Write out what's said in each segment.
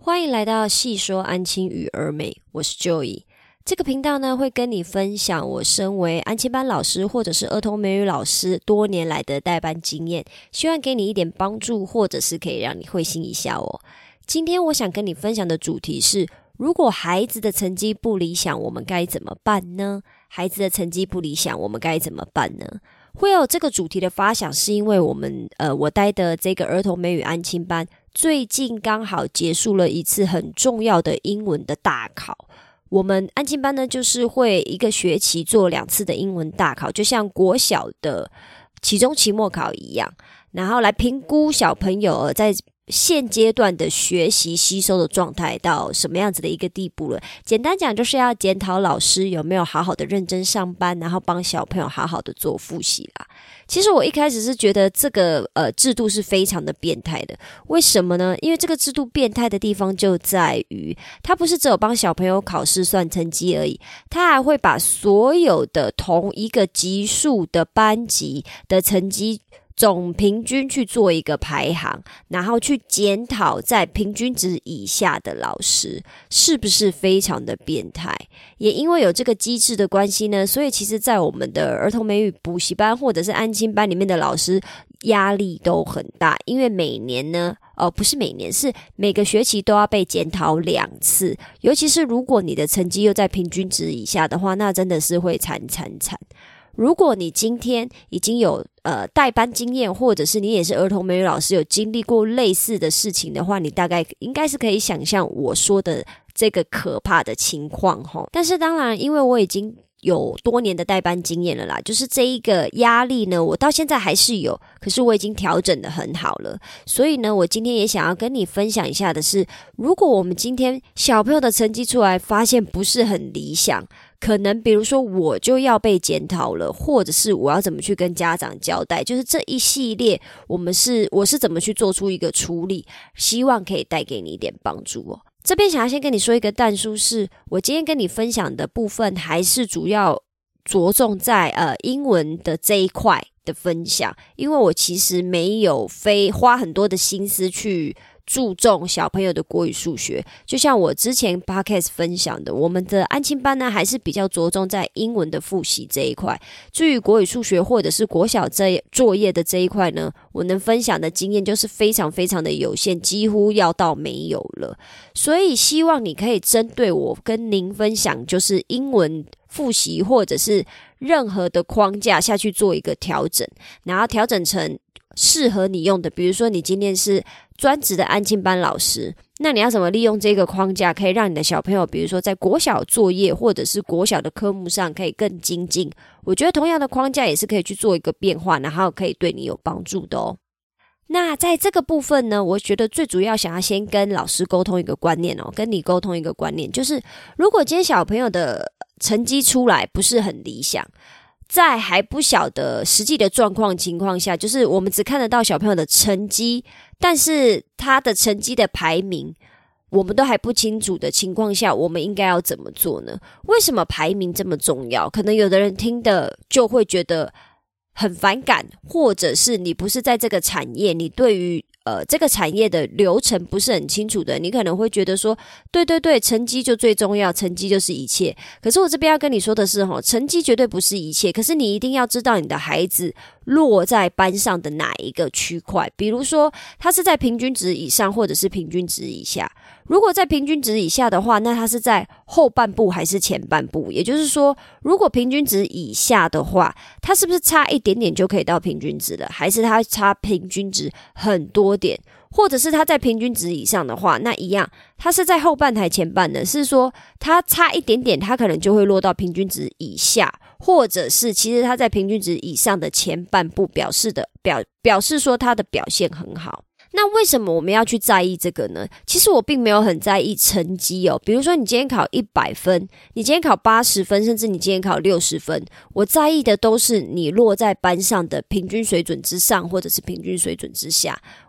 欢迎来到细说安亲与儿美，我是 Joey。这个频道呢，会跟你分享我身为安亲班老师或者是儿童美语老师多年来的带班经验，希望给你一点帮助，或者是可以让你会心一笑哦。今天我想跟你分享的主题是，如果孩子的成绩不理想，我们该怎么办呢？孩子的成绩不理想，我们该怎么办呢？会有这个主题的发想，是因为我带的这个儿童美语安亲班最近刚好结束了一次很重要的英文的大考。我们安亲班呢，就是会一个学期做2次的英文大考，就像国小的期中、期末考一样，然后来评估小朋友在现阶段的学习吸收的状态到什么样子的一个地步了。简单讲，就是要检讨老师有没有好好的认真上班，然后帮小朋友好好的做复习啦。其实我一开始是觉得这个制度是非常的变态的。为什么呢？因为这个制度变态的地方就在于，它不是只有帮小朋友考试算成绩而已，它还会把所有的同一个级数的班级的成绩总平均去做一个排行，然后去检讨在平均值以下的老师，是不是非常的变态？也因为有这个机制的关系呢，所以其实在我们的儿童美语补习班或者是安亲班里面的老师压力都很大，因为每年呢不是每年，是每个学期都要被检讨2次，尤其是如果你的成绩又在平均值以下的话，那真的是会惨。如果你今天已经有带班经验，或者是你也是儿童美语老师，有经历过类似的事情的话，你大概应该是可以想象我说的这个可怕的情况齁。但是当然，因为我已经有多年的带班经验了啦，就是这一个压力呢，我到现在还是有，可是我已经调整得很好了。所以呢，我今天也想要跟你分享一下的是，如果我们今天小朋友的成绩出来发现不是很理想，可能比如说我就要被检讨了，或者是我要怎么去跟家长交代，就是这一系列我是怎么去做出一个处理，希望可以带给你一点帮助哦。这边想要先跟你说一个但书，是我今天跟你分享的部分还是主要着重在英文的这一块的分享，因为我其实没有花很多的心思去注重小朋友的国语数学，就像我之前 podcast 分享的，我们的安亲班呢还是比较着重在英文的复习这一块。至于国语数学或者是国小作业的这一块呢，我能分享的经验就是非常非常的有限，几乎要到没有了。所以希望你可以针对我跟您分享，就是英文复习或者是任何的框架下去做一个调整，然后调整成适合你用的。比如说你今天是专职的安亲班老师，那你要怎么利用这个框架，可以让你的小朋友比如说在国小作业或者是国小的科目上可以更精进。我觉得同样的框架也是可以去做一个变化，然后可以对你有帮助的哦。那在这个部分呢，我觉得最主要想要先跟老师沟通一个观念哦，跟你沟通一个观念，就是如果今天小朋友的成绩出来不是很理想，在还不晓得实际的情况下，就是我们只看得到小朋友的成绩，但是他的成绩的排名我们都还不清楚的情况下，我们应该要怎么做呢？为什么排名这么重要？可能有的人听的就会觉得很反感，或者是你不是在这个产业，你对于这个产业的流程不是很清楚的，你可能会觉得说对，成绩就最重要，成绩就是一切。可是我这边要跟你说的是成绩绝对不是一切，可是你一定要知道你的孩子落在班上的哪一个区块，比如说他是在平均值以上或者是平均值以下。如果在平均值以下的话，那他是在后半部还是前半部？也就是说，如果平均值以下的话，他是不是差一点点就可以到平均值了？还是他差平均值很多点？或者是他在平均值以上的话，那一样，他是在后半还前半呢？是说他差一点点，他可能就会落到平均值以下，或者是其实他在平均值以上的前半部表示说他的表现很好。那为什么我们要去在意这个呢？其实我并没有很在意成绩哦。比如说你今天考100分，你今天考80分，甚至你今天考60分，我在意的都是你落在班上的平均水准之上或者是平均水准之下。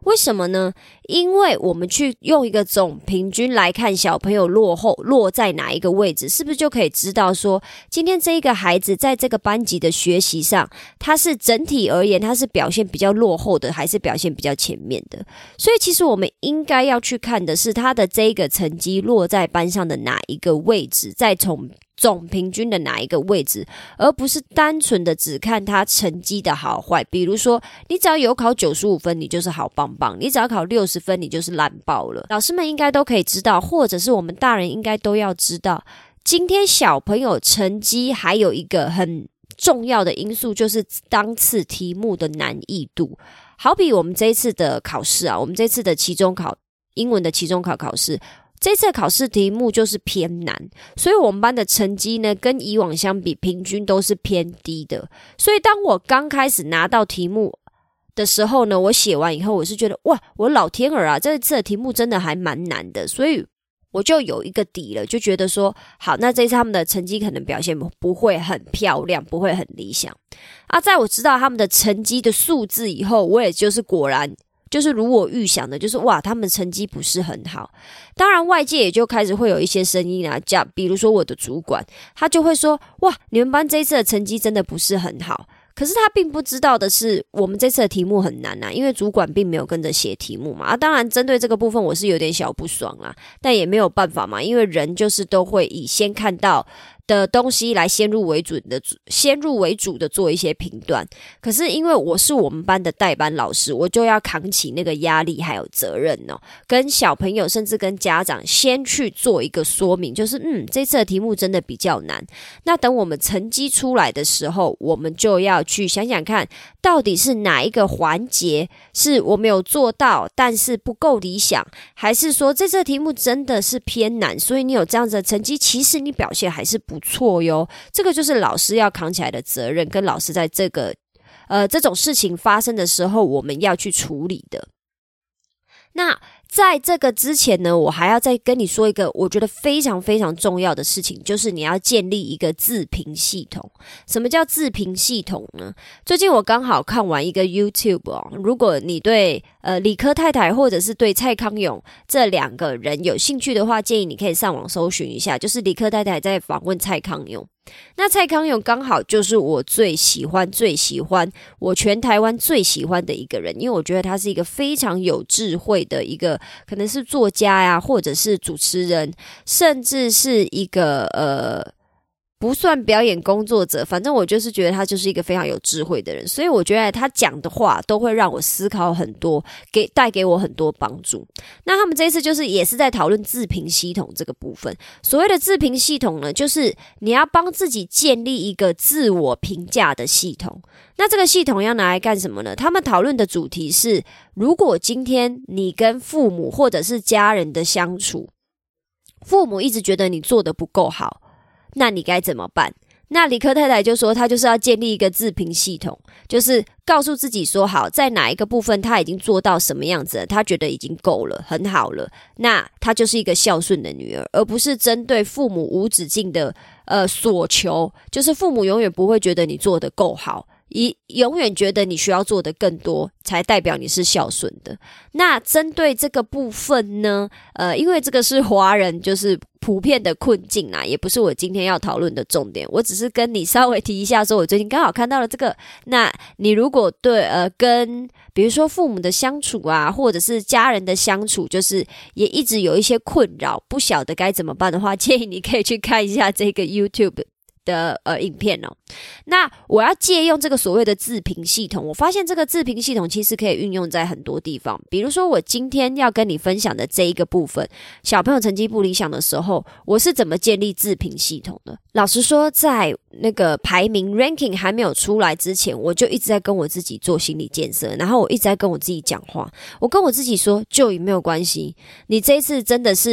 为什么呢？因为我们去用一个总平均来看小朋友落在哪一个位置，是不是就可以知道说今天这一个孩子在这个班级的学习上，他是整体而言他是表现比较落后的，还是表现比较前面的。所以其实我们应该要去看的是他的这一个成绩落在班上的哪一个位置，再从总平均的哪一个位置，而不是单纯的只看他成绩的好坏。比如说你只要有考95分你就是好棒棒，你只要考60分你就是烂爆了。老师们应该都可以知道，或者是我们大人应该都要知道，今天小朋友成绩还有一个很重要的因素，就是当次题目的难易度。好比我们这一次的考试啊，我们这次的期中考，英文的期中考试，这次的考试题目就是偏难，所以我们班的成绩呢，跟以往相比平均都是偏低的。所以当我刚开始拿到题目的时候呢，我写完以后我是觉得哇，我老天儿啊，这次的题目真的还蛮难的，所以我就有一个底了，就觉得说好，那这次他们的成绩可能表现不会很漂亮，不会很理想啊。在我知道他们的成绩的数字以后，我也就是果然就是如我预想的，就是哇，他们成绩不是很好。当然外界也就开始会有一些声音啊，比如说我的主管，他就会说哇，你们班这一次的成绩真的不是很好。可是他并不知道的是，我们这次的题目很难啊，因为主管并没有跟着写题目嘛。当然针对这个部分我是有点小不爽啦，但也没有办法嘛，因为人就是都会以先看到的东西来先入为主的做一些评断。可是因为我是我们班的代班老师，我就要扛起那个压力还有责任哦，跟小朋友甚至跟家长先去做一个说明，就是这次的题目真的比较难。那等我们成绩出来的时候，我们就要去想想看，到底是哪一个环节是我们有做到但是不够理想，还是说这次的题目真的是偏难，所以你有这样子的成绩，其实你表现还是不错哟。这个就是老师要扛起来的责任，跟老师在这种事情发生的时候我们要去处理的。那在这个之前呢，我还要再跟你说一个我觉得非常非常重要的事情，就是你要建立一个自评系统。什么叫自评系统呢？最近我刚好看完一个 YouTube 哦，如果你对理科太太或者是对蔡康永这两个人有兴趣的话，建议你可以上网搜寻一下，就是理科太太在访问蔡康永。那蔡康永刚好就是我最喜欢我全台湾最喜欢的一个人，因为我觉得他是一个非常有智慧的一个，可能是作家呀，或者是主持人，甚至是一个不算表演工作者，反正我就是觉得他就是一个非常有智慧的人，所以我觉得他讲的话都会让我思考很多，带给我很多帮助。那他们这一次就是也是在讨论自评系统这个部分。所谓的自评系统呢，就是你要帮自己建立一个自我评价的系统。那这个系统要拿来干什么呢？他们讨论的主题是，如果今天你跟父母或者是家人的相处，父母一直觉得你做得不够好，那你该怎么办？那理科太太就说，她就是要建立一个自评系统，就是告诉自己说，好，在哪一个部分她已经做到什么样子了，她觉得已经够了，很好了，那她就是一个孝顺的女儿，而不是针对父母无止境的所求，就是父母永远不会觉得你做得够好，永远觉得你需要做的更多才代表你是孝顺的。那针对这个部分呢，因为这个是华人就是普遍的困境啦，也不是我今天要讨论的重点，我只是跟你稍微提一下说我最近刚好看到了这个。那你如果对跟比如说父母的相处啊，或者是家人的相处，就是也一直有一些困扰，不晓得该怎么办的话，建议你可以去看一下这个 YouTube的影片哦。那我要借用这个所谓的自评系统，我发现这个自评系统其实可以运用在很多地方。比如说我今天要跟你分享的这一个部分，小朋友成绩不理想的时候，我是怎么建立自评系统的？老实说，在那个排名 ranking 还没有出来之前，我就一直在跟我自己做心理建设，然后我一直在跟我自己讲话，我跟我自己说，就也没有关系，你这一次真的是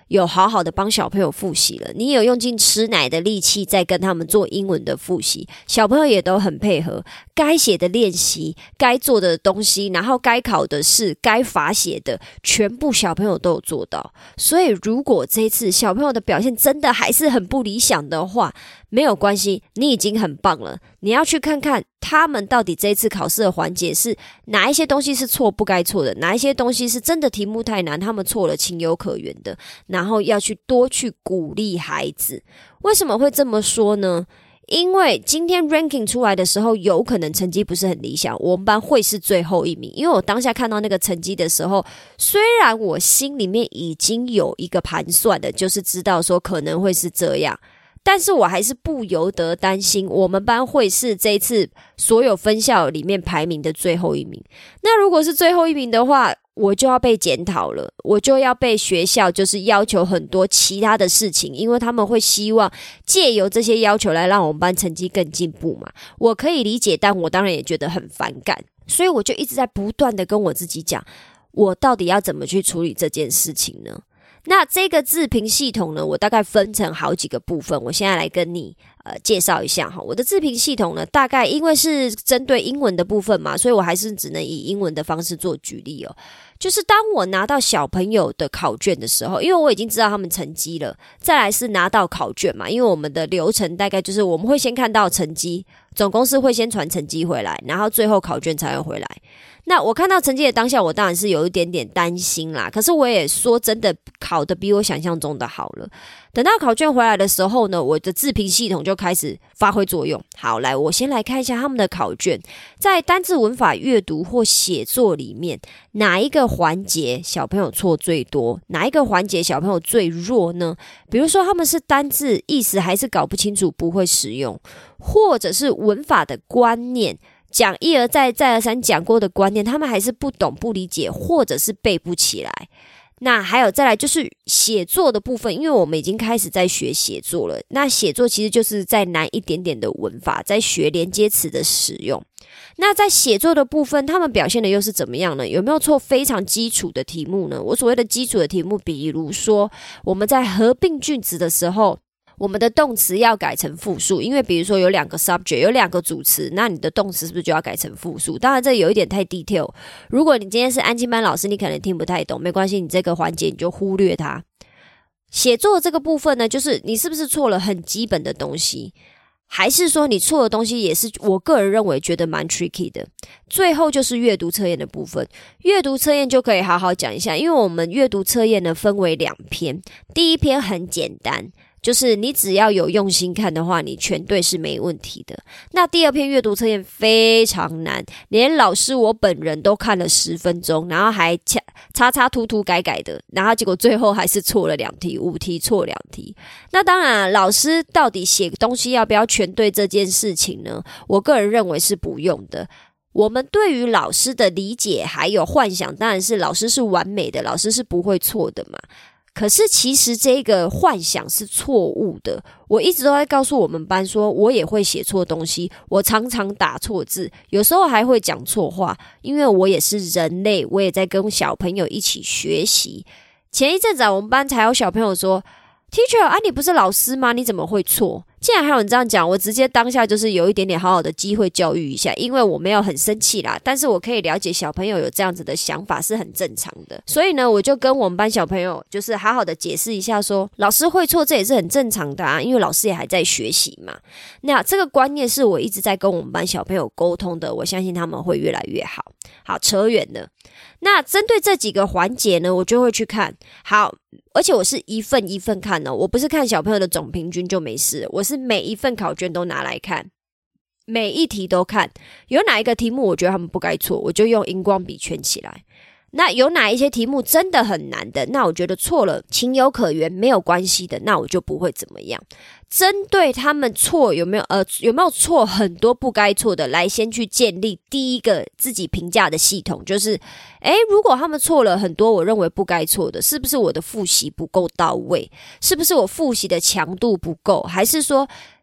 有好好的帮小朋友复习了，你有用尽吃奶的力气在跟他们做英文的复习，小朋友也都很配合，该写的练习，该做的东西，然后该考的试，该罚写的，全部小朋友都有做到。所以如果这一次小朋友的表现真的还是很不理想的话，没有关系，你已经很棒了。你要去看看他们到底这一次考试的环节是哪一些东西是错不该错的，哪一些东西是真的题目太难，他们错了情有可原的，然后要去多去鼓励孩子。为什么会这么说呢？因为今天 ranking 出来的时候，有可能成绩不是很理想，我们班会是最后一名。因为我当下看到那个成绩的时候，虽然我心里面已经有一个盘算的，就是知道说可能会是这样，但是我还是不由得担心我们班会是这一次所有分校里面排名的最后一名。那如果是最后一名的话，我就要被检讨了，我就要被学校就是要求很多其他的事情，因为他们会希望借由这些要求来让我们班成绩更进步嘛。我可以理解，但我当然也觉得很反感，所以我就一直在不断的跟我自己讲，我到底要怎么去处理这件事情呢？那这个自评系统呢，我大概分成好几个部分，我现在来跟你介绍一下哈。我的自评系统呢，大概因为是针对英文的部分嘛，所以我还是只能以英文的方式做举例哦。就是当我拿到小朋友的考卷的时候，因为我已经知道他们成绩了，再来是拿到考卷嘛，因为我们的流程大概就是我们会先看到成绩，总公司会先传成绩回来，然后最后考卷才会回来。那我看到成绩的当下，我当然是有一点点担心啦，可是我也说真的考得比我想象中的好了。等到考卷回来的时候呢，我的自评系统就开始发挥作用。好，来，我先来看一下他们的考卷，在单字、文法、阅读或写作里面，哪一个环节小朋友错最多，哪一个环节小朋友最弱呢？比如说他们是单字意思还是搞不清楚不会使用，或者是文法的观念，讲一而再再而三讲过的观念，他们还是不懂不理解，或者是背不起来。那还有再来就是写作的部分，因为我们已经开始在学写作了，那写作其实就是再难一点点的文法，在学连接词的使用。那在写作的部分，他们表现的又是怎么样呢？有没有错非常基础的题目呢？我所谓的基础的题目，比如说我们在合并句子的时候，我们的动词要改成复数，因为比如说有2个 subject， 有2个主词，那你的动词是不是就要改成复数？当然这有一点太 detail， 如果你今天是安亲班老师，你可能听不太懂，没关系，你这个环节你就忽略它。写作这个部分呢，就是你是不是错了很基本的东西，还是说你错的东西也是我个人认为觉得蛮 tricky 的。最后就是阅读测验的部分，阅读测验就可以好好讲一下，因为我们阅读测验呢分为2篇，第一篇很简单，就是你只要有用心看的话，你全对是没问题的。那第2篇阅读测验非常难，连老师我本人都看了10分钟，然后还擦擦涂涂改改的，然后结果最后还是错了2题，5题错2题。那当然老师到底写东西要不要全对这件事情呢，我个人认为是不用的。我们对于老师的理解还有幻想，当然是老师是完美的，老师是不会错的嘛。可是其实这个幻想是错误的，我一直都在告诉我们班说，我也会写错东西，我常常打错字，有时候还会讲错话，因为我也是人类，我也在跟小朋友一起学习。前一阵子我们班才有小朋友说 Teacher 啊，你不是老师吗？你怎么会错？既然还有人这样讲，我直接当下就是有一点点好好的机会教育一下，因为我没有很生气啦，但是我可以了解小朋友有这样子的想法是很正常的，所以呢，我就跟我们班小朋友就是好好的解释一下说，老师会错这也是很正常的啊，因为老师也还在学习嘛。那这个观念是我一直在跟我们班小朋友沟通的，我相信他们会越来越好。好，扯远了。那针对这几个环节呢，我就会去看。好，而且我是一份一份看哦，我不是看小朋友的总平均就没事了，我是每一份考卷都拿来看，每一题都看，有哪一个题目我觉得他们不该错，我就用荧光笔圈起来。那有哪一些题目真的很难的，那我觉得错了情有可原，没有关系的，那我就不会怎么样。针对他们错有没有错很多不该错的，来先去建立第一个自己评价的系统，就是如果他们错了很多我认为不该错的，是不是我的复习不够到位？是不是我复习的强度不够？还是说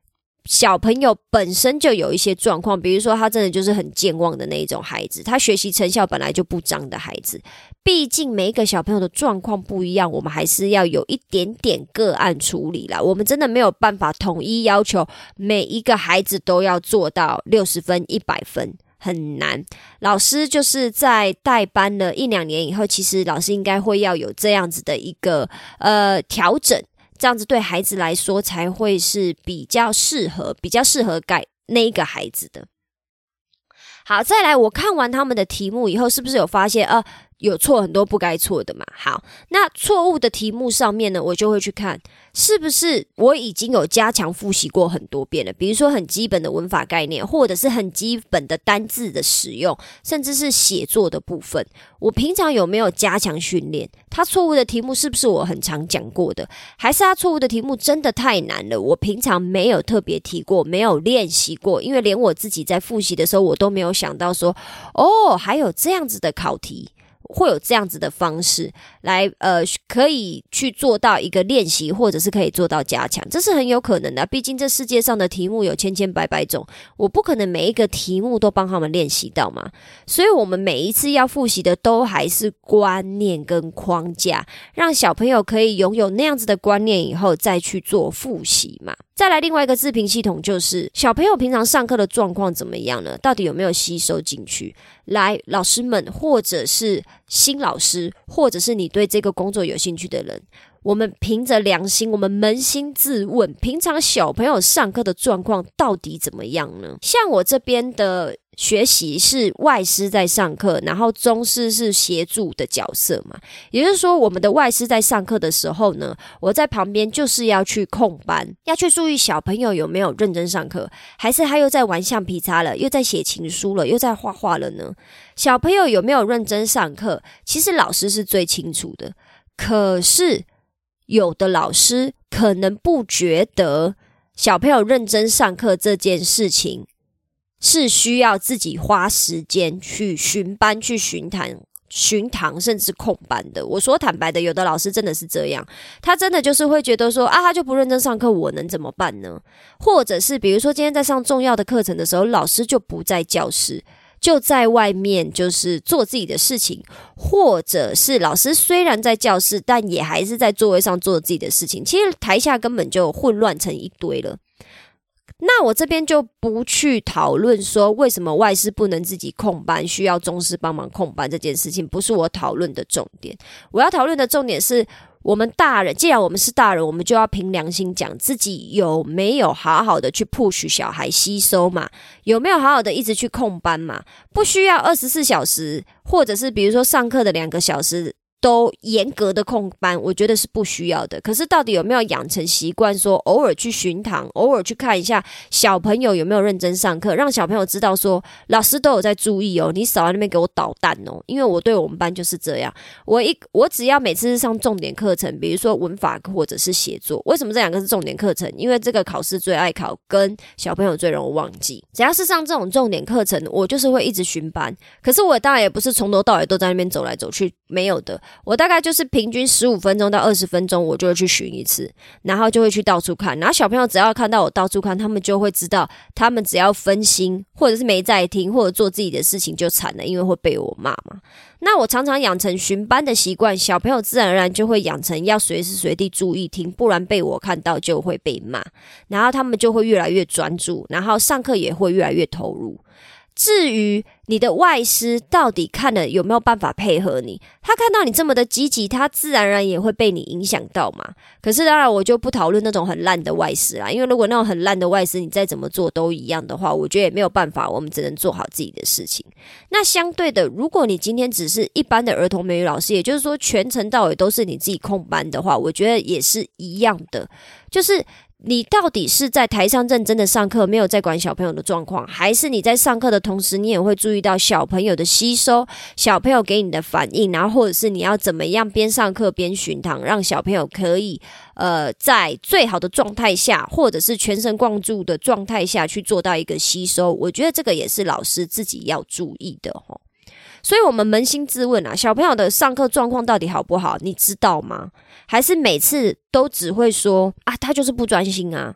小朋友本身就有一些状况，比如说他真的就是很健忘的那一种孩子，他学习成效本来就不彰的孩子，毕竟每一个小朋友的状况不一样，我们还是要有一点点个案处理啦。我们真的没有办法统一要求每一个孩子都要做到60分、100分。很难，老师就是在带班了1-2年以后，其实老师应该会要有这样子的一个调整，这样子对孩子来说才会是比较适合带那一个孩子的。好，再来，我看完他们的题目以后，是不是有发现有错很多不该错的嘛？好，那错误的题目上面呢，我就会去看是不是我已经有加强复习过很多遍了，比如说很基本的文法概念，或者是很基本的单字的使用，甚至是写作的部分，我平常有没有加强训练？他错误的题目是不是我很常讲过的？还是他错误的题目真的太难了，我平常没有特别提过，没有练习过，因为连我自己在复习的时候，我都没有想到说，还有这样子的考题，会有这样子的方式来可以去做到一个练习，或者是可以做到加强，这是很有可能的。毕竟这世界上的题目有千千百百种，我不可能每一个题目都帮他们练习到嘛。所以我们每一次要复习的都还是观念跟框架，让小朋友可以拥有那样子的观念以后再去做复习嘛。再来另外一个自评系统，就是小朋友平常上课的状况怎么样呢？到底有没有吸收进去？来，老师们或者是新老师，或者是你对这个工作有兴趣的人，我们凭着良心，我们扪心自问，平常小朋友上课的状况到底怎么样呢？像我这边的学习是外师在上课，然后中师是协助的角色嘛，也就是说我们的外师在上课的时候呢，我在旁边就是要去控班，要去注意小朋友有没有认真上课，还是他又在玩橡皮擦了，又在写情书了，又在画画了呢？小朋友有没有认真上课，其实老师是最清楚的，可是有的老师可能不觉得小朋友认真上课这件事情是需要自己花时间去巡班、去巡堂甚至控班的。我说坦白的，有的老师真的是这样，他真的就是会觉得说他就不认真上课，我能怎么办呢？或者是比如说今天在上重要的课程的时候，老师就不在教室，就在外面就是做自己的事情，或者是老师虽然在教室，但也还是在座位上做自己的事情，其实台下根本就混乱成一堆了。那我这边就不去讨论说为什么外师不能自己控班，需要中师帮忙控班这件事情，不是我讨论的重点。我要讨论的重点是，我们大人，既然我们是大人，我们就要凭良心讲自己有没有好好的去 push 小孩吸收嘛，有没有好好的一直去控班嘛，不需要24小时，或者是比如说上课的2个小时都严格的控班，我觉得是不需要的。可是到底有没有养成习惯，说偶尔去巡堂，偶尔去看一下小朋友有没有认真上课，让小朋友知道说老师都有在注意哦，你少在那边给我捣蛋哦。因为我对我们班就是这样，我只要每次上重点课程，比如说文法或者是写作，为什么这2个是重点课程？因为这个考试最爱考，跟小朋友最容易忘记。只要是上这种重点课程，我就是会一直巡班。可是我当然也不是从头到尾都在那边走来走去，没有的。我大概就是平均15分钟到20分钟，我就会去巡一次，然后就会去到处看。然后小朋友只要看到我到处看，他们就会知道，他们只要分心，或者是没在听，或者做自己的事情就惨了，因为会被我骂嘛。那我常常养成巡班的习惯，小朋友自然而然就会养成要随时随地注意听，不然被我看到就会被骂，然后他们就会越来越专注，然后上课也会越来越投入。至于你的外师到底看了有没有办法配合你，他看到你这么的积极，他自然而然也会被你影响到嘛。可是当然我就不讨论那种很烂的外师啦，因为如果那种很烂的外师你再怎么做都一样的话，我觉得也没有办法，我们只能做好自己的事情。那相对的，如果你今天只是一般的儿童美语老师，也就是说全程到尾都是你自己控班的话，我觉得也是一样的，就是你到底是在台上认真的上课，没有在管小朋友的状况，还是你在上课的同时，你也会注意到小朋友的吸收，小朋友给你的反应，然后或者是你要怎么样边上课边巡堂，让小朋友可以在最好的状态下，或者是全神贯注的状态下去做到一个吸收，我觉得这个也是老师自己要注意的齁。所以我们扪心自问啊，小朋友的上课状况到底好不好，你知道吗？还是每次都只会说他就是不专心啊，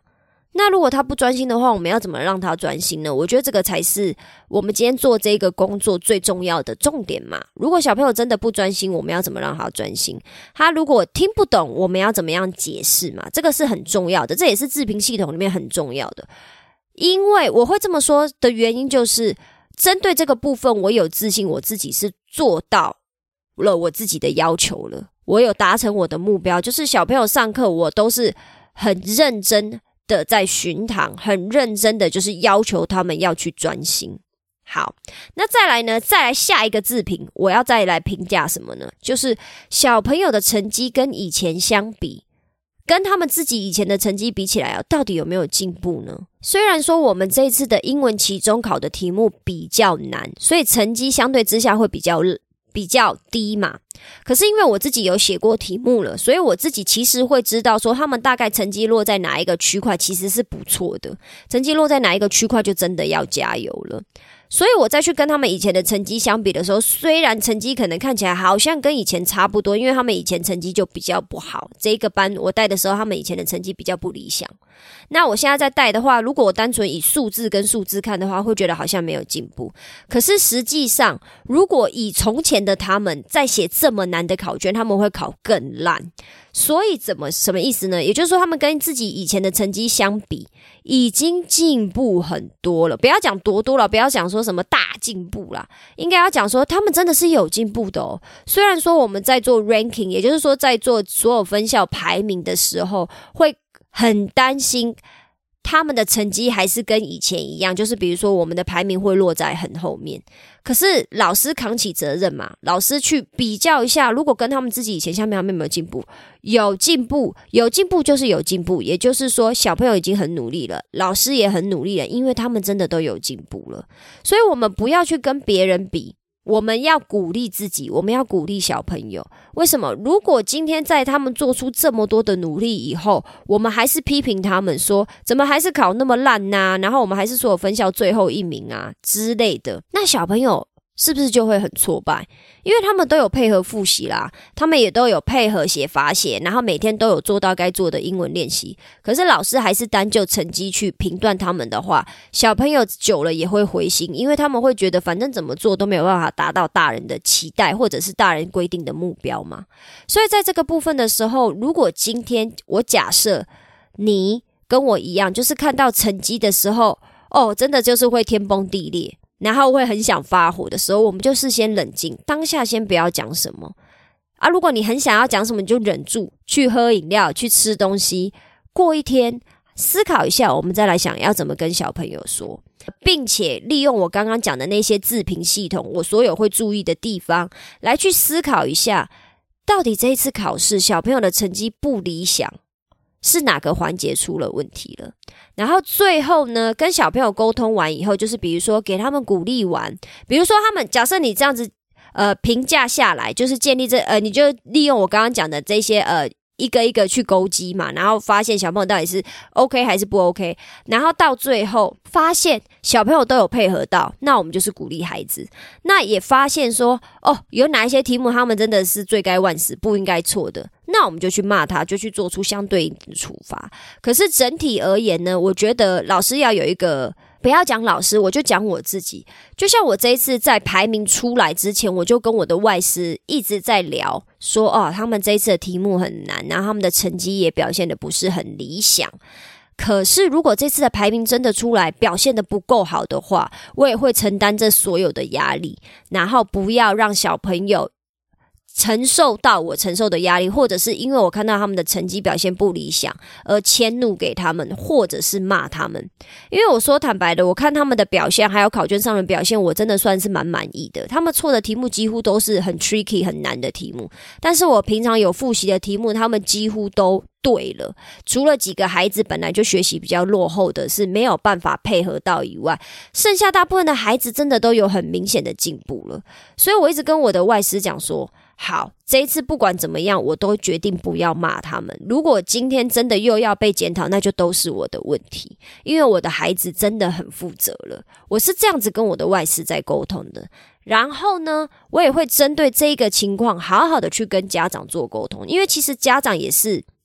那如果他不专心的话，我们要怎么让他专心呢？我觉得这个才是我们今天做这个工作最重要的重点嘛。如果小朋友真的不专心，我们要怎么让他专心？他如果听不懂，我们要怎么样解释嘛？这个是很重要的，这也是自评系统里面很重要的。因为我会这么说的原因就是针对这个部分我有自信，我自己是做到了我自己的要求了，我有达成我的目标，就是小朋友上课我都是很认真的在巡堂，很认真的就是要求他们要去专心。好，那再来下一个自评，我要再来评价什么呢？就是小朋友的成绩跟以前相比，跟他们自己以前的成绩比起来到底有没有进步呢？虽然说我们这一次的英文期中考的题目比较难，所以成绩相对之下会比较低嘛，可是因为我自己有写过题目了，所以我自己其实会知道说他们大概成绩落在哪一个区块其实是不错的，成绩落在哪一个区块就真的要加油了。所以我再去跟他们以前的成绩相比的时候，虽然成绩可能看起来好像跟以前差不多，因为他们以前成绩就比较不好，这个班我带的时候他们以前的成绩比较不理想。那我现在在带的话，如果我单纯以数字跟数字看的话，会觉得好像没有进步。可是实际上如果以从前的他们在写这么难的考卷，他们会考更烂。所以什么意思呢？也就是说他们跟自己以前的成绩相比已经进步很多了，不要讲多多了，不要讲说什么大进步啦，应该要讲说他们真的是有进步的哦。虽然说我们在做 ranking， 也就是说在做所有分校排名的时候会很担心他们的成绩还是跟以前一样，就是比如说我们的排名会落在很后面，可是老师扛起责任嘛，老师去比较一下，如果跟他们自己以前相比，他们有没有进步？有进步，有进步就是有进步，也就是说小朋友已经很努力了，老师也很努力了，因为他们真的都有进步了。所以我们不要去跟别人比，我们要鼓励自己，我们要鼓励小朋友。为什么？如果今天在他们做出这么多的努力以后，我们还是批评他们说怎么还是考那么烂啊，然后我们还是所有分校最后一名啊之类的，那小朋友是不是就会很挫败？因为他们都有配合复习啦，他们也都有配合写罚写，然后每天都有做到该做的英文练习，可是老师还是单就成绩去评断他们的话，小朋友久了也会灰心，因为他们会觉得反正怎么做都没有办法达到大人的期待或者是大人规定的目标嘛。所以在这个部分的时候，如果今天我假设你跟我一样，就是看到成绩的时候真的就是会天崩地裂，然后会很想发火的时候，我们就是先冷静，当下先不要讲什么啊。如果你很想要讲什么，你就忍住，去喝饮料，去吃东西，过一天思考一下，我们再来想要怎么跟小朋友说，并且利用我刚刚讲的那些自评系统，我所有会注意的地方，来去思考一下，到底这一次考试小朋友的成绩不理想是哪个环节出了问题了。然后最后呢，跟小朋友沟通完以后，就是比如说给他们鼓励完，比如说他们假设你这样子评价下来，就是建立你就利用我刚刚讲的这些一个一个去勾稽嘛，然后发现小朋友到底是 OK 还是不 OK， 然后到最后发现小朋友都有配合到，那我们就是鼓励孩子。那也发现说有哪一些题目他们真的是罪该万死不应该错的，那我们就去骂他，就去做出相对应的处罚。可是整体而言呢，我觉得老师要有一个，不要讲老师，我就讲我自己。就像我这一次在排名出来之前，我就跟我的外师一直在聊说他们这一次的题目很难，然后他们的成绩也表现得不是很理想。可是如果这次的排名真的出来表现得不够好的话，我也会承担这所有的压力，然后不要让小朋友承受到我承受的压力，或者是因为我看到他们的成绩表现不理想而迁怒给他们，或者是骂他们。因为我说坦白的，我看他们的表现还有考卷上的表现，我真的算是蛮满意的。他们错的题目几乎都是很 tricky 很难的题目，但是我平常有复习的题目他们几乎都对了，除了几个孩子本来就学习比较落后的是没有办法配合到以外，剩下大部分的孩子真的都有很明显的进步了。所以我一直跟我的外师讲说，好，这一次不管怎么样，我都决定不要骂他们。如果今天真的又要被检讨，那就都是我的问题，因为我的孩子真的很负责了。我是这样子跟我的外师在沟通的。然后呢，我也会针对这个情况好好的去跟家长做沟通，因为其实家长也是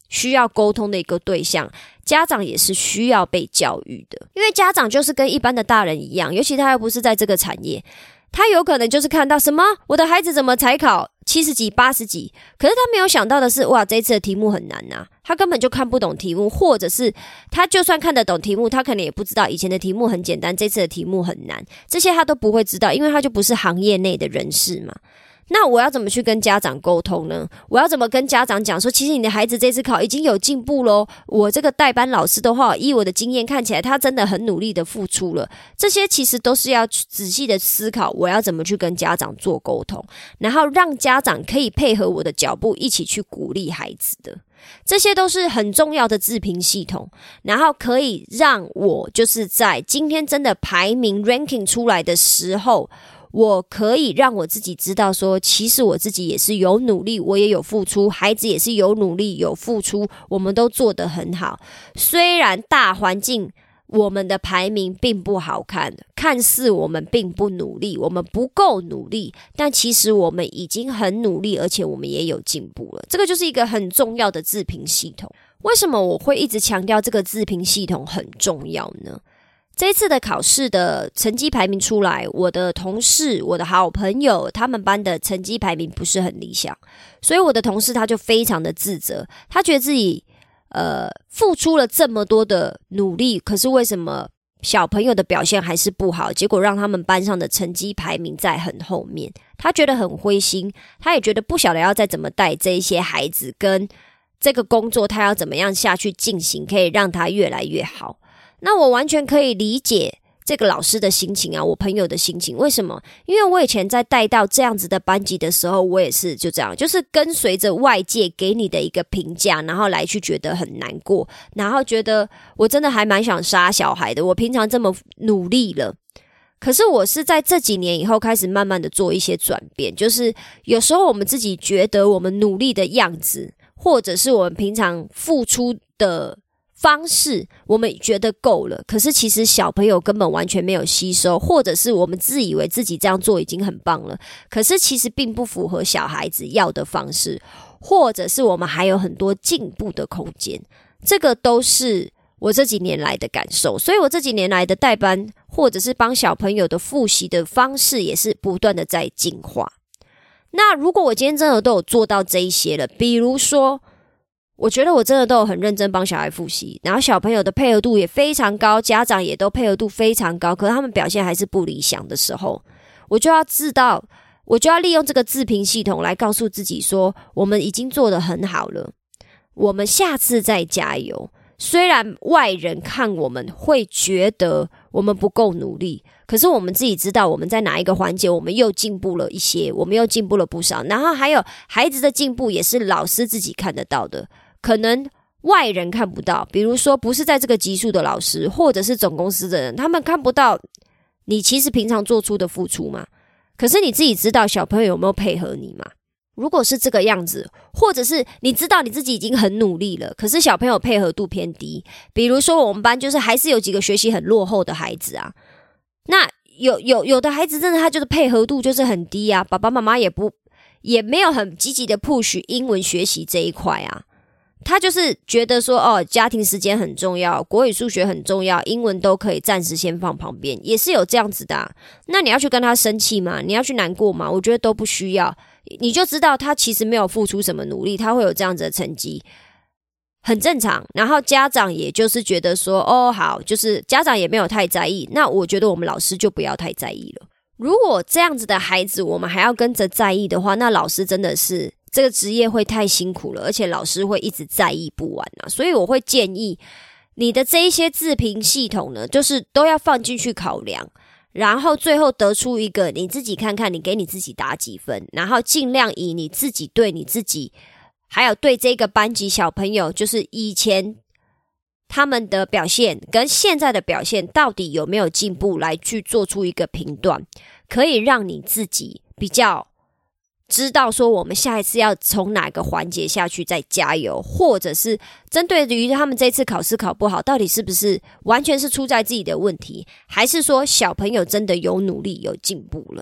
需要沟通的一个对象，家长也是需要被教育的。因为家长就是跟一般的大人一样，尤其他又不是在这个产业，他有可能就是看到什么我的孩子怎么才考70几80几，可是他没有想到的是，哇，这一次的题目很难啊，他根本就看不懂题目，或者是他就算看得懂题目，他可能也不知道以前的题目很简单，这次的题目很难，这些他都不会知道，因为他就不是行业内的人士嘛。那我要怎么去跟家长沟通呢？我要怎么跟家长讲说，其实你的孩子这次考已经有进步咯，我这个代班老师的话，依我的经验看起来他真的很努力的付出了，这些其实都是要仔细的思考我要怎么去跟家长做沟通，然后让家长可以配合我的脚步一起去鼓励孩子的，这些都是很重要的自评系统，然后可以让我就是在今天真的排名 ranking 出来的时候，我可以让我自己知道说，其实我自己也是有努力，我也有付出，孩子也是有努力有付出，我们都做得很好。虽然大环境我们的排名并不好看，看似我们并不努力，我们不够努力，但其实我们已经很努力，而且我们也有进步了。这个就是一个很重要的自评系统。为什么我会一直强调这个自评系统很重要呢？这一次的考试的成绩排名出来，我的同事、我的好朋友，他们班的成绩排名不是很理想，所以我的同事他就非常的自责，他觉得自己付出了这么多的努力，可是为什么小朋友的表现还是不好，结果让他们班上的成绩排名在很后面，他觉得很灰心，他也觉得不晓得要再怎么带这一些孩子跟这个工作他要怎么样下去进行，可以让他越来越好。那我完全可以理解这个老师的心情啊，我朋友的心情。为什么？因为我以前在带到这样子的班级的时候，我也是就这样，就是跟随着外界给你的一个评价，然后来去觉得很难过，然后觉得我真的还蛮想杀小孩的，我平常这么努力了。可是我是在这几年以后开始慢慢的做一些转变，就是有时候我们自己觉得我们努力的样子，或者是我们平常付出的方式我们觉得够了，可是其实小朋友根本完全没有吸收，或者是我们自以为自己这样做已经很棒了，可是其实并不符合小孩子要的方式，或者是我们还有很多进步的空间。这个都是我这几年来的感受，所以我这几年来的代班或者是帮小朋友的复习的方式也是不断的在进化。那如果我今天真的都有做到这一些了，比如说我觉得我真的都有很认真帮小孩复习，然后小朋友的配合度也非常高，家长也都配合度非常高，可是他们表现还是不理想的时候，我就要利用这个自评系统来告诉自己说，我们已经做得很好了，我们下次再加油。虽然外人看我们会觉得我们不够努力，可是我们自己知道我们在哪一个环节我们又进步了一些，我们又进步了不少，然后还有孩子的进步也是老师自己看得到的，可能外人看不到，比如说不是在这个级数的老师或者是总公司的人，他们看不到你其实平常做出的付出嘛，可是你自己知道小朋友有没有配合你嘛。如果是这个样子，或者是你知道你自己已经很努力了，可是小朋友配合度偏低，比如说我们班就是还是有几个学习很落后的孩子啊，那有的孩子真的他就是配合度就是很低啊，爸爸妈妈也没有很积极的 push 英文学习这一块啊，他就是觉得说家庭时间很重要，国语数学很重要，英文都可以暂时先放旁边，也是有这样子的啊。那你要去跟他生气吗？你要去难过吗？我觉得都不需要，你就知道他其实没有付出什么努力，他会有这样子的成绩，很正常。然后家长也就是觉得说好，就是家长也没有太在意，那我觉得我们老师就不要太在意了。如果这样子的孩子我们还要跟着在意的话，那老师真的是这个职业会太辛苦了，而且老师会一直在意不完啊。所以我会建议你的这一些自评系统呢，就是都要放进去考量，然后最后得出一个你自己看看你给你自己打几分，然后尽量以你自己对你自己还有对这个班级小朋友，就是以前他们的表现跟现在的表现到底有没有进步来去做出一个评断，可以让你自己比较知道说我们下一次要从哪个环节下去再加油，或者是针对于他们这次考试考不好，到底是不是完全是出在自己的问题，还是说小朋友真的有努力有进步了。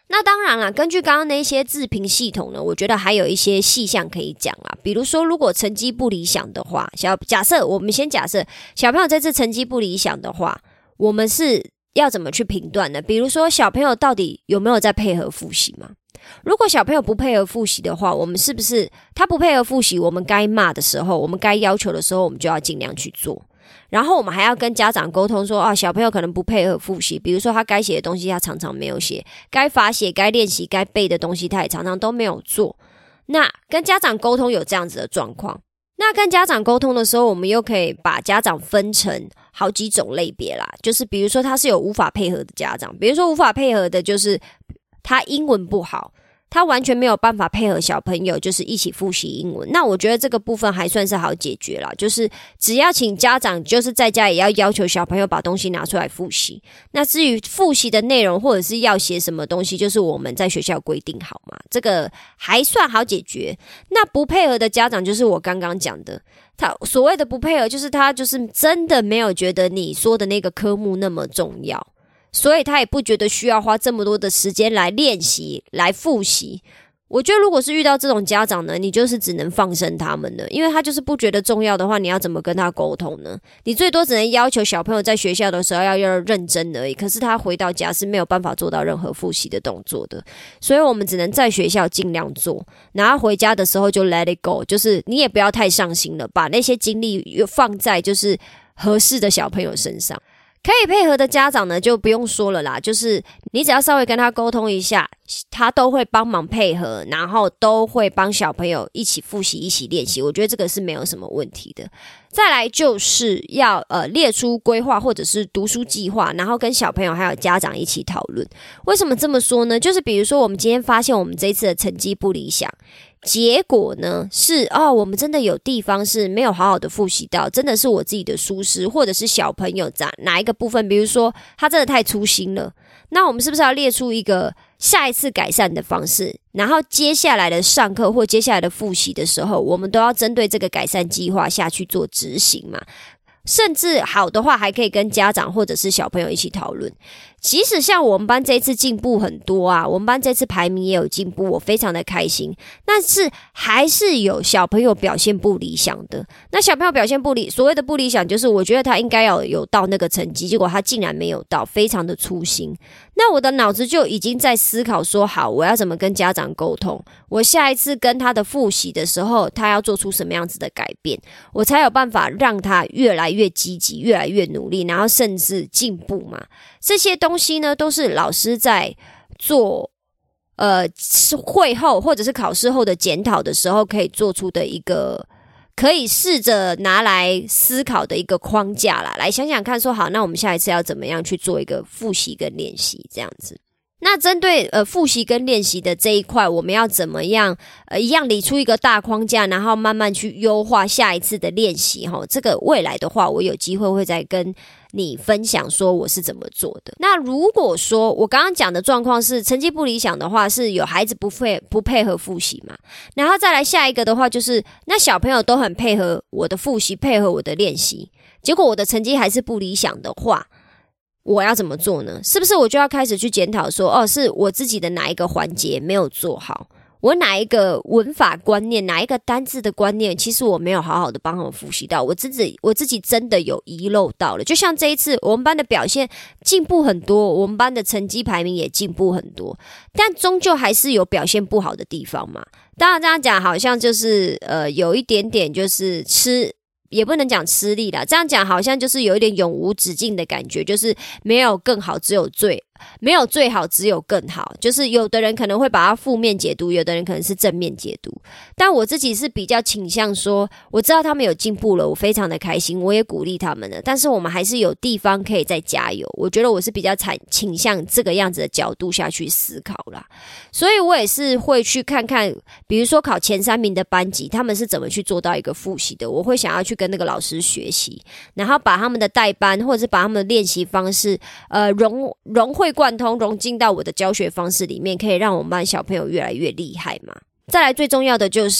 那当然啦，根据刚刚那些自评系统呢，我觉得还有一些细项可以讲啦。比如说，如果成绩不理想的话，我们先假设小朋友这次成绩不理想的话，我们是要怎么去评断呢？比如说，小朋友到底有没有在配合复习嘛？如果小朋友不配合复习的话，我们是不是他不配合复习，我们该骂的时候，我们该要求的时候，我们就要尽量去做。然后我们还要跟家长沟通说，小朋友可能不配合复习，比如说他该写的东西他常常没有写，该罚写、该练习、该背的东西他也常常都没有做。那跟家长沟通有这样子的状况，那跟家长沟通的时候，我们又可以把家长分成好几种类别啦，就是比如说他是有无法配合的家长，比如说无法配合的就是他英文不好，他完全没有办法配合小朋友就是一起复习英文，那我觉得这个部分还算是好解决啦，就是只要请家长就是在家也要要求小朋友把东西拿出来复习，那至于复习的内容或者是要写什么东西，就是我们在学校规定好嘛，这个还算好解决。那不配合的家长就是我刚刚讲的，他所谓的不配合就是他就是真的没有觉得你说的那个科目那么重要，所以他也不觉得需要花这么多的时间来练习来复习。我觉得如果是遇到这种家长呢，你就是只能放生他们了，因为他就是不觉得重要的话，你要怎么跟他沟通呢？你最多只能要求小朋友在学校的时候要认真而已，可是他回到家是没有办法做到任何复习的动作的，所以我们只能在学校尽量做，然后回家的时候就 let it go， 就是你也不要太上心了，把那些精力放在就是合适的小朋友身上。可以配合的家长呢就不用说了啦，就是你只要稍微跟他沟通一下，他都会帮忙配合，然后都会帮小朋友一起复习一起练习，我觉得这个是没有什么问题的。再来就是要列出规划或者是读书计划，然后跟小朋友还有家长一起讨论。为什么这么说呢？就是比如说我们今天发现我们这一次的成绩不理想，结果呢是我们真的有地方是没有好好的复习到，真的是我自己的疏失，或者是小朋友在哪一个部分，比如说他真的太粗心了，那我们是不是要列出一个下一次改善的方式，然后接下来的上课或接下来的复习的时候，我们都要针对这个改善计划下去做执行嘛？甚至好的话还可以跟家长或者是小朋友一起讨论。即使像我们班这次进步很多啊，我们班这次排名也有进步，我非常的开心，但是还是有小朋友表现不理想的。那小朋友表现所谓的不理想，就是我觉得他应该要有到那个成绩，结果他竟然没有到，非常的粗心。那我的脑子就已经在思考说，好，我要怎么跟家长沟通，我下一次跟他的复习的时候，他要做出什么样子的改变，我才有办法让他越来越积极，越来越努力，然后甚至进步嘛。这些东西呢，都是老师在做会后或者是考试后的检讨的时候可以做出的一个可以试着拿来思考的一个框架啦，来想想看说，好，那我们下一次要怎么样去做一个复习跟练习这样子。那针对复习跟练习的这一块，我们要怎么样一样理出一个大框架，然后慢慢去优化下一次的练习齁。这个未来的话，我有机会会再跟你分享说我是怎么做的。那如果说我刚刚讲的状况是成绩不理想的话，是有孩子不配合复习嘛，然后再来下一个的话就是那小朋友都很配合我的复习，配合我的练习，结果我的成绩还是不理想的话，我要怎么做呢？是不是我就要开始去检讨说，是我自己的哪一个环节没有做好，我哪一个文法观念，哪一个单字的观念，其实我没有好好的帮他们复习到，我自己真的有遗漏到了。就像这一次我们班的表现进步很多，我们班的成绩排名也进步很多，但终究还是有表现不好的地方嘛。当然这样讲好像就是有一点点就是也不能讲吃力啦，这样讲好像就是有一点永无止境的感觉，就是没有更好，没有最好，只有更好。就是有的人可能会把它负面解读，有的人可能是正面解读。但我自己是比较倾向说，我知道他们有进步了，我非常的开心，我也鼓励他们了。但是我们还是有地方可以再加油。我觉得我是比较倾向这个样子的角度下去思考啦。所以我也是会去看看，比如说考前3名的班级，他们是怎么去做到一个复习的。我会想要去跟那个老师学习，然后把他们的代班或者是把他们的练习方式融会贯通，融进到我的教学方式里面，可以让我们班小朋友越来越厉害嘛。再来最重要的就是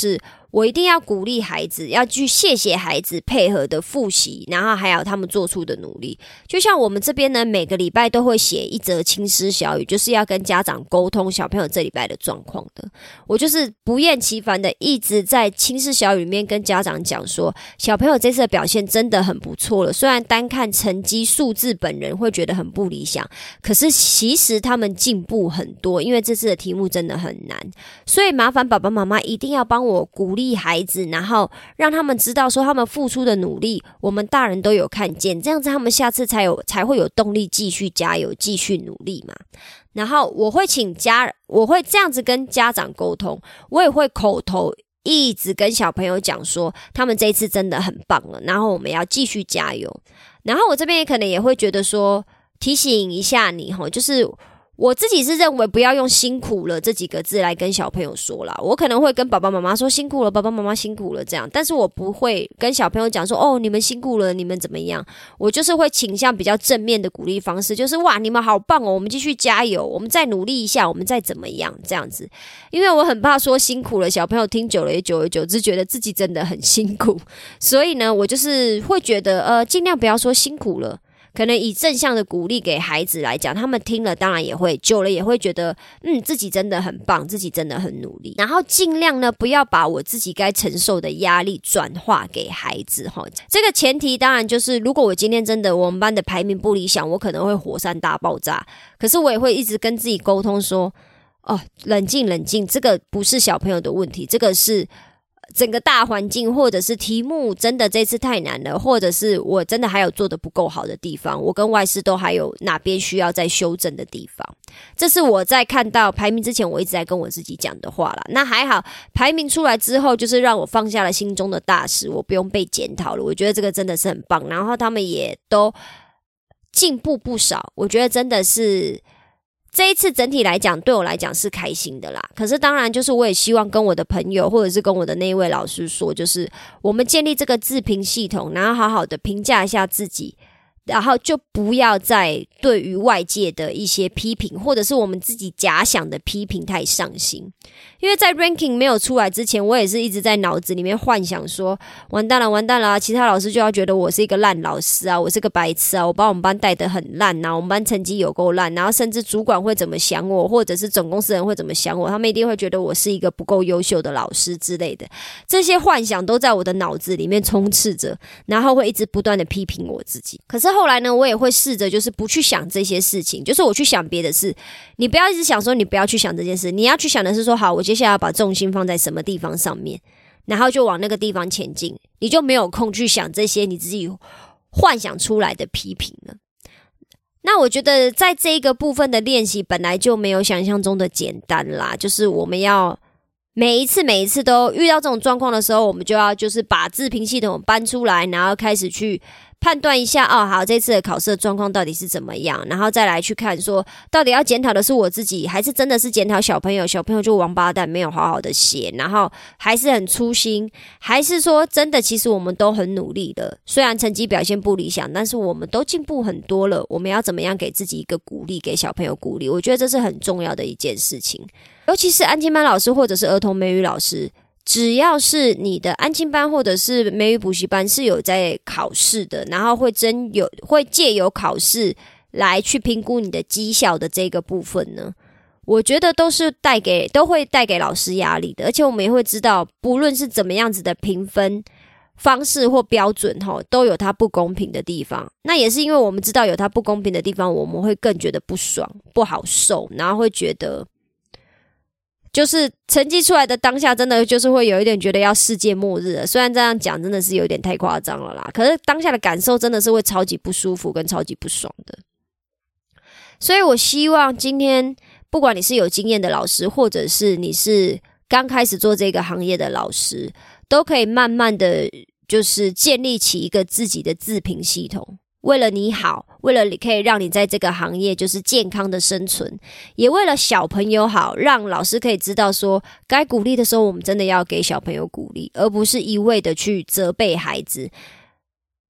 我一定要鼓励孩子，要去谢谢孩子配合的复习，然后还有他们做出的努力。就像我们这边呢，每个礼拜都会写一则亲师小语，就是要跟家长沟通小朋友这礼拜的状况的。我就是不厌其烦的一直在亲师小语里面跟家长讲说，小朋友这次的表现真的很不错了，虽然单看成绩数字本人会觉得很不理想，可是其实他们进步很多，因为这次的题目真的很难，所以麻烦爸爸妈妈一定要帮我鼓励孩子，然后让他们知道说他们付出的努力我们大人都有看见，这样子他们下次才会有动力继续加油继续努力嘛。然后我会这样子跟家长沟通，我也会口头一直跟小朋友讲说他们这一次真的很棒了，然后我们要继续加油。然后我这边也可能也会觉得说提醒一下你，就是我自己是认为不要用辛苦了这几个字来跟小朋友说啦，我可能会跟爸爸妈妈说辛苦了，爸爸妈妈辛苦了这样，但是我不会跟小朋友讲说哦你们辛苦了，你们怎么样，我就是会倾向比较正面的鼓励方式，就是哇你们好棒哦，我们继续加油，我们再努力一下，我们再怎么样这样子。因为我很怕说辛苦了，小朋友听久了也久而久之觉得自己真的很辛苦，所以呢我就是会觉得尽量不要说辛苦了，可能以正向的鼓励给孩子来讲，他们听了当然也会久了也会觉得自己真的很棒，自己真的很努力，然后尽量呢不要把我自己该承受的压力转化给孩子。这个前提当然就是如果我今天真的我们班的排名不理想，我可能会火山大爆炸，可是我也会一直跟自己沟通说冷静冷静，这个不是小朋友的问题，这个是整个大环境，或者是题目真的这次太难了，或者是我真的还有做得不够好的地方，我跟外师都还有哪边需要再修正的地方，这是我在看到排名之前我一直在跟我自己讲的话啦。那还好排名出来之后就是让我放下了心中的大事，我不用被检讨了，我觉得这个真的是很棒，然后他们也都进步不少，我觉得真的是这一次整体来讲对我来讲是开心的啦。可是当然就是我也希望跟我的朋友或者是跟我的那一位老师说，就是我们建立这个自评系统，然后好好的评价一下自己，然后就不要再对于外界的一些批评或者是我们自己假想的批评太上心。因为在 ranking 没有出来之前，我也是一直在脑子里面幻想说完蛋了完蛋了，其他老师就要觉得我是一个烂老师啊，我是个白痴啊，我把我们班带得很烂啊，我们班成绩有够烂，然后甚至主管会怎么想我，或者是总公司人会怎么想我，他们一定会觉得我是一个不够优秀的老师之类的，这些幻想都在我的脑子里面充斥着，然后会一直不断的批评我自己。可是后来呢，我也会试着就是不去想这些事情，就是我去想别的事。你不要一直想说你不要去想这件事，你要去想的是说好，我接下来要把重心放在什么地方上面，然后就往那个地方前进，你就没有空去想这些你自己幻想出来的批评了。那我觉得在这一个部分的练习本来就没有想象中的简单啦，就是我们要每一次都遇到这种状况的时候，我们就要就是把自评系统搬出来，然后开始去判断一下好，这次的考试的状况到底是怎么样，然后再来去看说到底要检讨的是我自己，还是真的是检讨小朋友就王八蛋没有好好的写，然后还是很粗心，还是说真的其实我们都很努力的，虽然成绩表现不理想，但是我们都进步很多了，我们要怎么样给自己一个鼓励，给小朋友鼓励，我觉得这是很重要的一件事情。尤其是安亲班老师或者是儿童美语老师，只要是你的安亲班或者是美语补习班是有在考试的，然后会借由考试来去评估你的绩效的这个部分呢，我觉得都会带给老师压力的。而且我们也会知道不论是怎么样子的评分方式或标准都有它不公平的地方，那也是因为我们知道有它不公平的地方，我们会更觉得不爽不好受，然后会觉得就是成绩出来的当下真的就是会有一点觉得要世界末日了，虽然这样讲真的是有点太夸张了啦，可是当下的感受真的是会超级不舒服跟超级不爽的。所以我希望今天不管你是有经验的老师，或者是你是刚开始做这个行业的老师，都可以慢慢的就是建立起一个自己的自评系统，为了你好，为了可以让你在这个行业就是健康的生存，也为了小朋友好，让老师可以知道说该鼓励的时候我们真的要给小朋友鼓励，而不是一味的去责备孩子。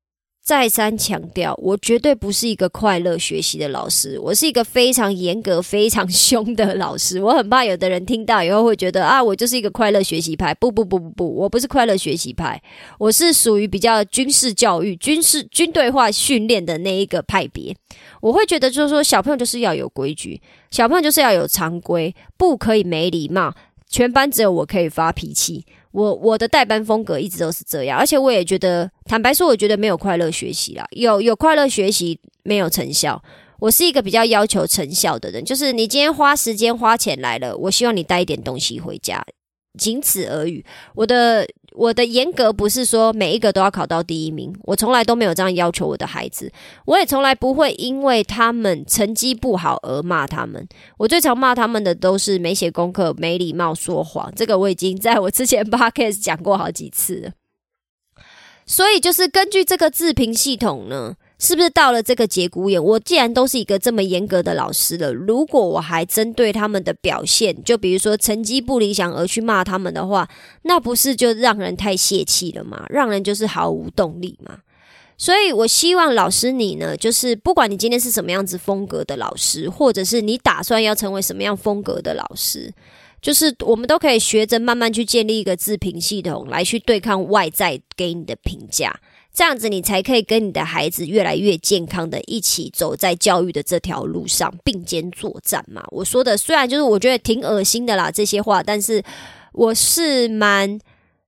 再三强调，我绝对不是一个快乐学习的老师，我是一个非常严格、非常凶的老师。我很怕有的人听到以后会觉得啊，我就是一个快乐学习派。不，我不是快乐学习派，我是属于比较军事教育、军队化训练的那一个派别。我会觉得就是说，小朋友就是要有规矩，小朋友就是要有常规，不可以没礼貌。全班只有我可以发脾气。我的代班风格一直都是这样，而且我也觉得，坦白说，我觉得没有快乐学习啦，有快乐学习没有成效。我是一个比较要求成效的人，就是你今天花时间花钱来了，我希望你带一点东西回家，仅此而已。我的严格不是说每一个都要考到第一名，我从来都没有这样要求我的孩子，我也从来不会因为他们成绩不好而骂他们。我最常骂他们的都是没写功课、没礼貌、说谎，这个我已经在我之前 podcast 讲过好几次了。所以就是根据这个自评系统呢，是不是到了这个节骨眼，我既然都是一个这么严格的老师了，如果我还针对他们的表现，就比如说成绩不理想而去骂他们的话，那不是就让人太泄气了吗？让人就是毫无动力嘛。所以我希望老师你呢，就是不管你今天是什么样子风格的老师，或者是你打算要成为什么样风格的老师，就是我们都可以学着慢慢去建立一个自评系统，来去对抗外在给你的评价，这样子你才可以跟你的孩子越来越健康的一起走在教育的这条路上，并肩作战嘛。我说的虽然就是我觉得挺恶心的啦这些话，但是我是蛮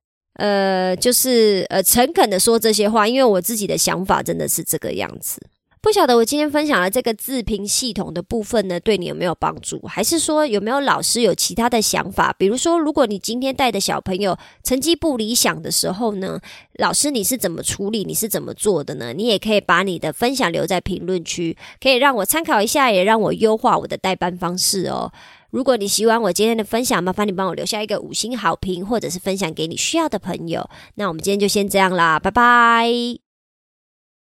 诚恳的说这些话，因为我自己的想法真的是这个样子。不晓得我今天分享的这个自评系统的部分呢，对你有没有帮助？还是说有没有老师有其他的想法？比如说，如果你今天带的小朋友成绩不理想的时候呢，老师你是怎么处理？你是怎么做的呢？你也可以把你的分享留在评论区，可以让我参考一下，也让我优化我的代班方式哦。如果你喜欢我今天的分享，麻烦你帮我留下一个5星好评，或者是分享给你需要的朋友。那我们今天就先这样啦，拜拜。